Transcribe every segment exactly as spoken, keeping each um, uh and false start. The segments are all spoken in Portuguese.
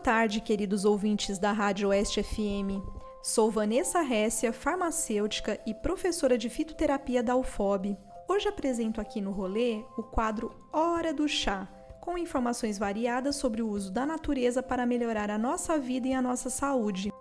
tarde, queridos ouvintes da Rádio Oeste F M. Sou Vanessa Récia, farmacêutica e professora de fitoterapia da U F O B. Hoje apresento aqui no rolê o quadro Hora do Chá, com informações variadas sobre o uso da natureza para melhorar a nossa vida e a nossa saúde.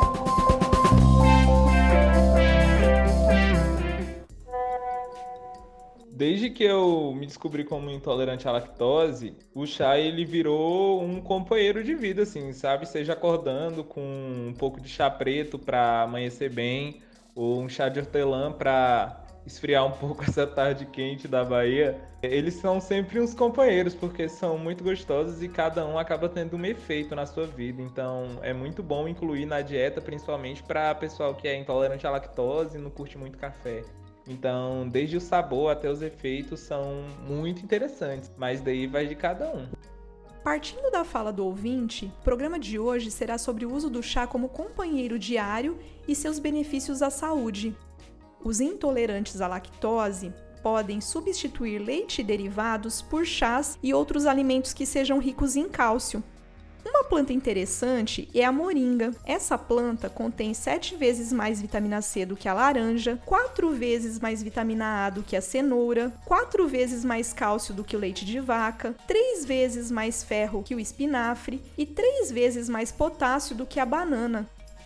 Desde que eu me descobri como intolerante à lactose, o chá ele virou um companheiro de vida, assim, sabe? Seja acordando com um pouco de chá preto para amanhecer bem, ou um chá de hortelã para esfriar um pouco essa tarde quente da Bahia. Eles são sempre uns companheiros, porque são muito gostosos e cada um acaba tendo um efeito na sua vida. Então é muito bom incluir na dieta, principalmente para pessoal que é intolerante à lactose e não curte muito café. Então, desde o sabor até os efeitos são muito interessantes, mas daí vai de cada um. Partindo da fala do ouvinte, o programa de hoje será sobre o uso do chá como companheiro diário e seus benefícios à saúde. Os intolerantes à lactose podem substituir leite e derivados por chás e outros alimentos que sejam ricos em cálcio. Uma planta interessante é a moringa. Essa planta contém sete vezes mais vitamina C do que a laranja, quatro vezes mais vitamina A do que a cenoura, quatro vezes mais cálcio do que o leite de vaca, três vezes mais ferro que o espinafre e três vezes mais potássio do que a banana.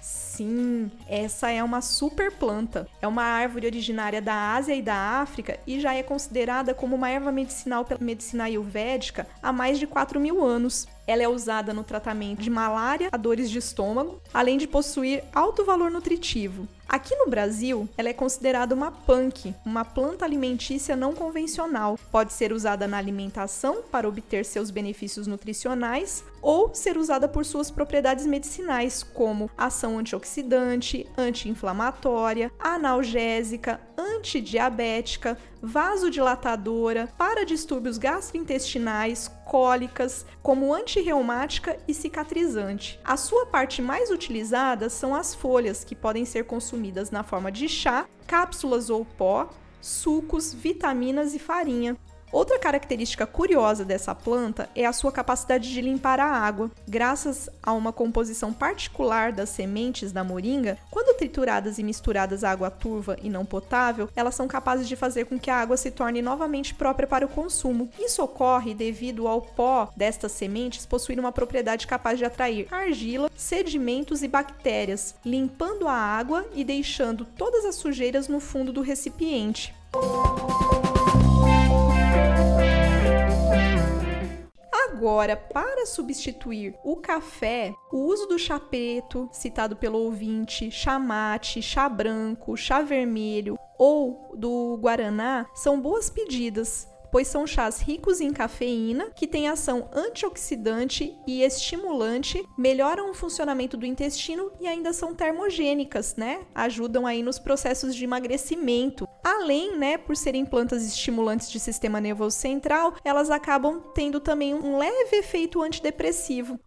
Sim, essa é uma super planta. É uma árvore originária da Ásia e da África e já é considerada como uma erva medicinal pela medicina ayurvédica há mais de quatro mil anos. Ela é usada no tratamento de malária, a dores de estômago, além de possuir alto valor nutritivo. Aqui no Brasil, ela é considerada uma punk, uma planta alimentícia não convencional. Pode ser usada na alimentação para obter seus benefícios nutricionais ou ser usada por suas propriedades medicinais, como ação antioxidante, anti-inflamatória, analgésica, antidiabética, vasodilatadora, para distúrbios gastrointestinais, cólicas, como antirreumática e cicatrizante. A sua parte mais utilizada são as folhas, que podem ser consumidas na forma de chá, cápsulas ou pó, sucos, vitaminas e farinha. Outra característica curiosa dessa planta é a sua capacidade de limpar a água. Graças a uma composição particular das sementes da moringa, quando trituradas e misturadas à água turva e não potável, elas são capazes de fazer com que a água se torne novamente própria para o consumo. Isso ocorre devido ao pó destas sementes possuir uma propriedade capaz de atrair argila, sedimentos e bactérias, limpando a água e deixando todas as sujeiras no fundo do recipiente. Agora, para substituir o café, o uso do chá preto, citado pelo ouvinte, chá mate, chá branco, chá vermelho ou do guaraná são boas pedidas, pois são chás ricos em cafeína, que têm ação antioxidante e estimulante, melhoram o funcionamento do intestino e ainda são termogênicas, né? Ajudam aí nos processos de emagrecimento. Além, né, por serem plantas estimulantes de sistema nervoso central, elas acabam tendo também um leve efeito antidepressivo.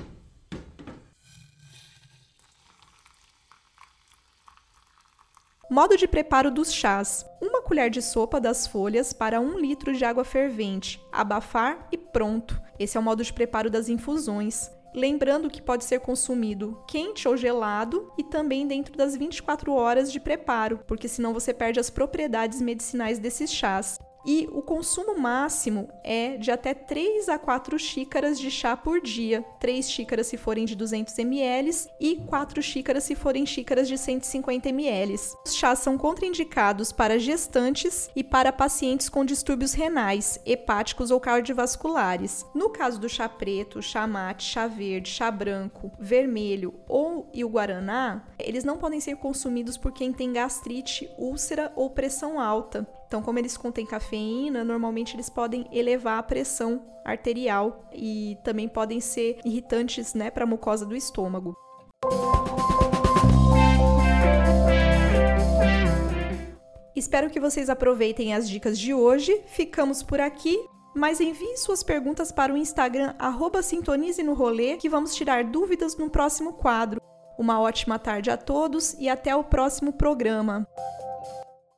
Modo de preparo dos chás. Uma colher de sopa das folhas para um litro de água fervente. Abafar e pronto. Esse é o modo de preparo das infusões. Lembrando que pode ser consumido quente ou gelado e também dentro das vinte e quatro horas de preparo, porque senão você perde as propriedades medicinais desses chás. E o consumo máximo é de até três a quatro xícaras de chá por dia. três xícaras se forem de duzentos mililitros e quatro xícaras se forem xícaras de cento e cinquenta mililitros. Os chás são contraindicados para gestantes e para pacientes com distúrbios renais, hepáticos ou cardiovasculares. No caso do chá preto, chá mate, chá verde, chá branco, vermelho ou e o guaraná, eles não podem ser consumidos por quem tem gastrite, úlcera ou pressão alta. Então, como eles contêm cafeína, normalmente eles podem elevar a pressão arterial e também podem ser irritantes, né, para a mucosa do estômago. Espero que vocês aproveitem as dicas de hoje. Ficamos por aqui, mas envie suas perguntas para o Instagram arroba sintonize no rolê, que vamos tirar dúvidas no próximo quadro. Uma ótima tarde a todos e até o próximo programa.